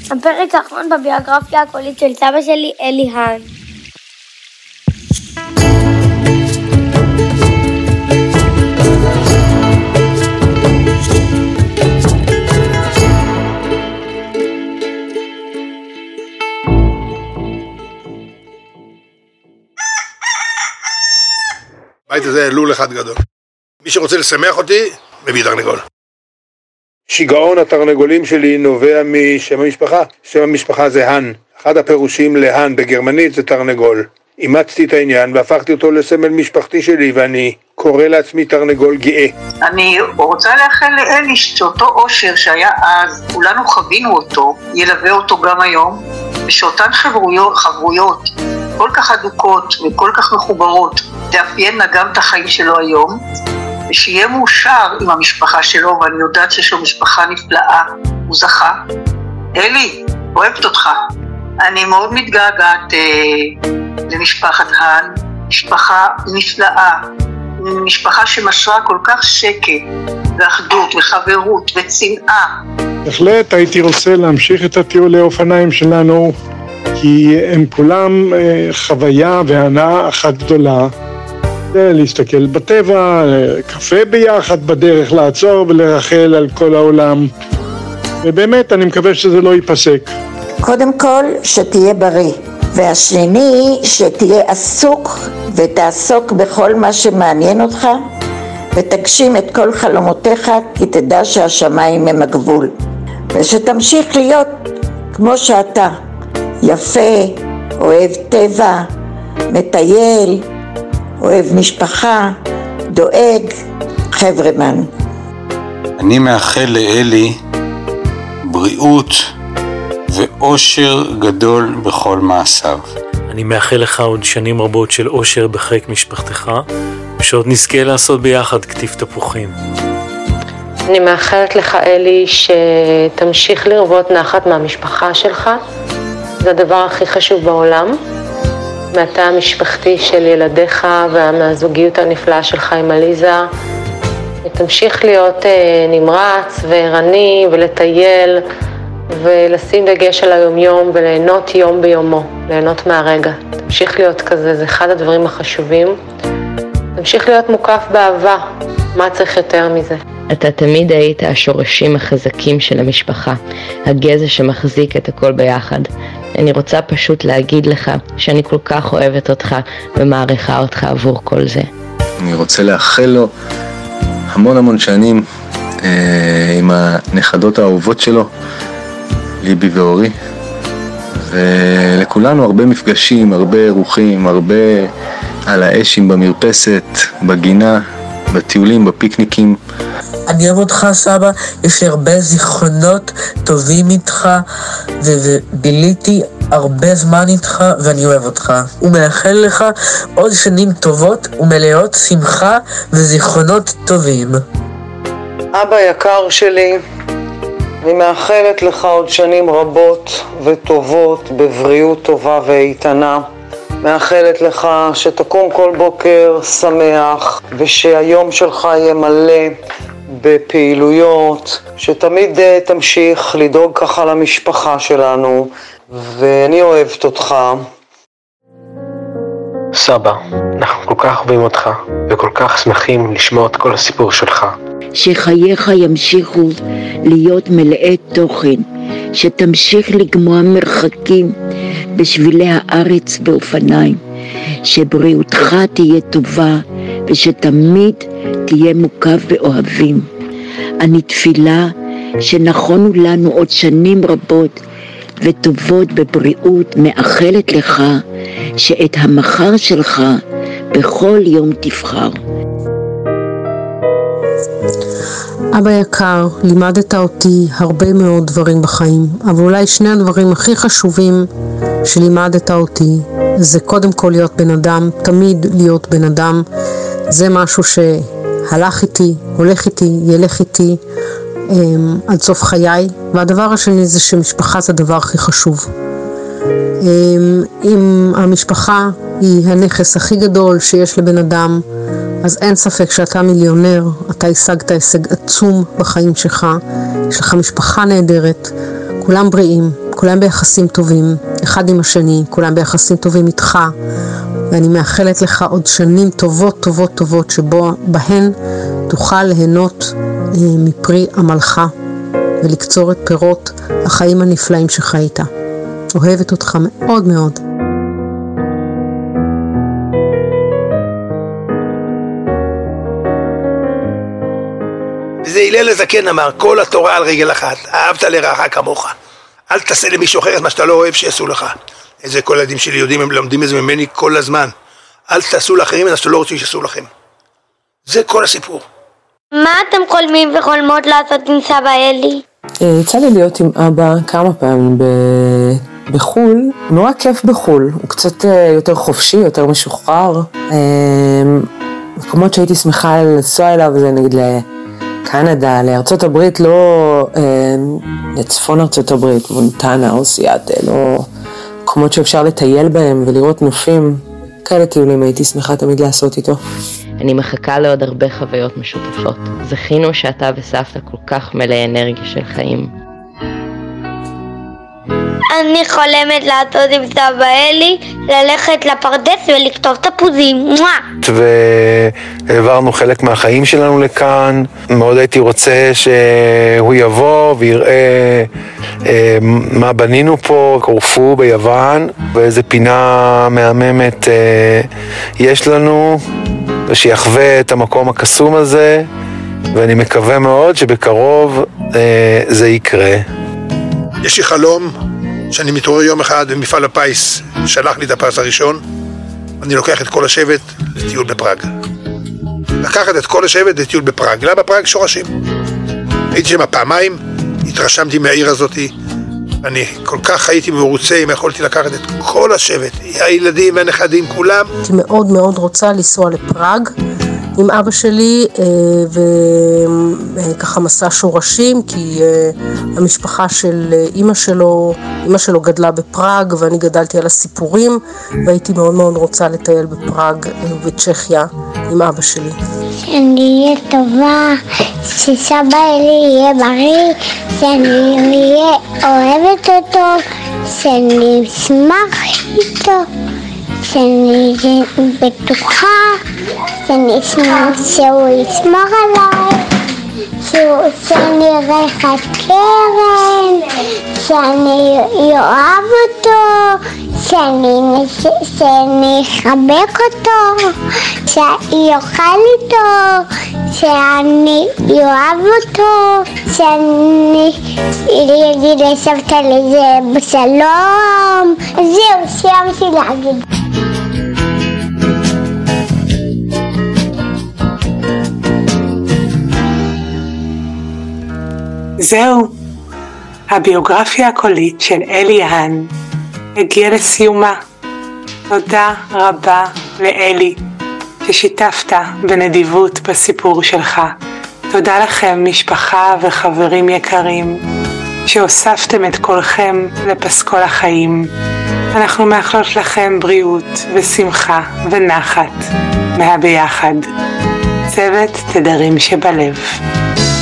הפרק האחרון בביוגרפיה הקולית של סבא שלי, אלי האן. בית הזה לול אחד גדול. מי שרוצה לשמח אותי, מביא תרנגול. שיגעון התרנגולים שלי נובע משם המשפחה. שם המשפחה זה האן. אחד הפירושים להאן בגרמנית זה תרנגול. אימצתי את העניין והפכתי אותו לסמל משפחתי שלי, ואני קורא לעצמי תרנגול גאה. אני רוצה לאחל לאלי שאותו אושר שהיה אז, כולנו חווינו אותו, ילווה אותו גם היום, ושאותן חברויות כל כך אדוקות וכל כך מחוברות תאפיינה גם את החיים שלו היום, ושיהיה מאושר עם המשפחה שלו, ואני יודעת שיש לו משפחה נפלאה, הוא זכה. אלי, אוהבת אותך. אני מאוד מתגעגעת למשפחת האן, משפחה נפלאה, משפחה שמשרה כל כך שקט ואחדות וחברות וצנעה. בהחלט הייתי רוצה להמשיך את הטיולי האופניים שלנו, כי הם כולם חוויה והנאה אחת גדולה. להסתכל בטבע, קפה ביחד בדרך, לעצור ולרחל על כל העולם. ובאמת אני מקווה שזה לא ייפסק. קודם כל שתהיה בריא, והשני שתהיה עסוק ותעסוק בכל מה שמעניין אותך, ותגשים את כל חלומותיך, כי תדע שהשמיים הם הגבול. ושתמשיך להיות כמו שאתה, יפה, אוהב טבע, מטייל, אוהב משפחה, דואג, חברמן. אני מאחל לאלי בריאות ואושר גדול בכל מעשיו. אני מאחל לך עוד שנים רבות של אושר בחיק משפחתך, ושעוד נזכה לעשות ביחד כתיף תפוחים. אני מאחלת לך אלי שתמשיך לרוות נחת מהמשפחה שלך, זה הדבר הכי חשוב בעולם. מהתא המשפחתי של ילדיך ומהזוגיות הנפלאה שלך עם אליזה, ותמשיך להיות נמרץ וערני ולטייל ולשים דגש על היומיום וליהנות יום ביומו, ליהנות מהרגע. תמשיך להיות כזה, זה אחד הדברים החשובים. תמשיך להיות מוקף באהבה, מה צריך יותר מזה? אתה תמיד היית השורשים החזקים של המשפחה, הגזע שמחזיק את הכל ביחד. אני רוצה פשוט להגיד לך שאני כל כך אוהבת אותך ומעריכה אותך עבור כל זה. אני רוצה לאחל לו המון שנים עם הנכדות האהובות שלו, ליבי ואורי, ולכולנו הרבה מפגשים, הרבה אירוחים, הרבה על האשים במרפסת, בגינה, בטיולים, בפיקניקים. אני אוהב אותך סבא, יש לי הרבה זיכרונות טובים איתך, וביליתי הרבה זמן איתך ואני אוהב אותך. ומאחל לך עוד שנים טובות ומלאות שמחה וזיכרונות טובים. אבא יקר שלי, אני מאחלת לך עוד שנים רבות וטובות בבריאות טובה ואיתנה. מאחלת לך שתקום כל בוקר שמח, ושהיום שלך יהיה מלא בפעילויות, שתמיד תמשיך לדאוג ככה למשפחה שלנו, ואני אוהבת אותך. סבא, אנחנו כל כך אוהבים אותך, וכל כך שמחים לשמוע את כל הסיפור שלך. שחייך ימשיכו להיות מלאי תוכן, שתמשיך לגמוע מרחקים בשבילי הארץ באופניים, שבריאותך תהיה טובה ושתמיד תהיה מוקף באוהבים. אני תפילה שנכונו לנו עוד שנים רבות וטובות בבריאות, מאחלת לך שאת המחר שלך בכל יום תבחר. אבא יקר, לימדת אותי הרבה מאוד דברים בחיים, אבל אולי שני הדברים הכי חשובים שלימדת אותי זה קודם כל להיות בן אדם, תמיד להיות בן אדם. זה משהו שהלך איתי, הולך איתי, ילך איתי עד סוף חיי. והדבר השני זה שמשפחה זה הדבר הכי חשוב. אם המשפחה היא הנכס הכי גדול שיש לבן אדם, אז אין ספק שאתה מיליונר, אתה השגת הישג עצום בחיים שלך, יש לך משפחה נהדרת, כולם בריאים, כולם ביחסים טובים, אחד עם השני, כולם ביחסים טובים איתך, ואני מאחלת לך עוד שנים טובות טובות טובות שבהן תוכל ליהנות מפרי עמלך ולקצור את פירות החיים הנפלאים שחיית. אוהבת אותך מאוד מאוד. וזה הלל הזקן אמר, כל התורה על רגל אחת, אהבת לרעך כמוך. אל תעשה למישהו אחר את מה שאתה לא אוהב שיעשו לך. איזה כל הילדים שלי יודעים, הם לומדים את זה ממני כל הזמן. אל תעשו לאחרים את מה שאתה לא רוצים שיעשו לכם. זה כל הסיפור. מה אתם חולמים וחולמות לעשות עם סבא אלי? יצא לי להיות עם אבא כמה פעמים בחול. נורא כיף בחול. הוא קצת יותר חופשי, יותר משוחרר. מקומות שהייתי שמחה לנסוע אליו, זה נגיד קנדה, לארצות הברית, לא לצפון ארצות הברית, מונטנה או סיאטל, או מקומות שאפשר לטייל בהם ולראות נופים. כאלה טיולים הייתי שמחה תמיד לעשות איתו. אני מחכה לעוד הרבה חוויות משותפות. זכינו שאתה וסבתא כל כך מלא אנרגיה של חיים. אני חולמת לעשות עם סבא אלי, ללכת לפרדס ולכתוב תפוזים. והעברנו חלק מהחיים שלנו לכאן. מאוד הייתי רוצה שהוא יבוא ויראה מה בנינו פה, קורפו ביוון, ואיזה פינה מהממת יש לנו, ושיחווה את המקום הקסום הזה, ואני מקווה מאוד שבקרוב זה יקרה. יש לי חלום שאני מתעורר יום אחד במפעל הפיס, שלח לי את הפרס הראשון, אני לוקח את כל השבט לטיול בפראג. לקחת את כל השבט לטיול בפראג. למה פראג? שורשים. הייתי שם פעמיים, התרשמתי מהעיר הזאת, אני כל כך הייתי מרוצה אם יכולתי לקחת את כל השבט, הילדים והנכדים, כולם. הייתי מאוד מאוד רוצה לנסוע לפראג עם אבא שלי, וככה מסע שורשים, כי המשפחה של אמא שלו גדלה בפראג, ואני גדלתי על הסיפורים, והייתי מאוד מאוד רוצה לטייל בפראג ובצ'כיה עם אבא שלי. שאני אהיה טובה, שסבא אלי יהיה בריא, שאני אהיה אוהבת אותו, שאני אשמח איתו, שאני בטוחה, שהוא ישמור עליי, שאני אראה קרן, שאני אוהב אותו, שאני אחבק אותו, שאני אוכל איתו, שאני אוהב אותו, שאני אגיד לסבתא לזה בשלום. זהו, סיימתי להגיד. זהו, הביוגרפיה הקולית של אלי האן הגיעה לסיומה. תודה רבה לאלי ששיתפת בנדיבות בסיפור שלך. תודה לכם משפחה וחברים יקרים שהוספתם את קולכם לפסקול החיים. אנחנו מאחלות לכם בריאות ושמחה ונחת מהביחד. צוות תדרים שבלב.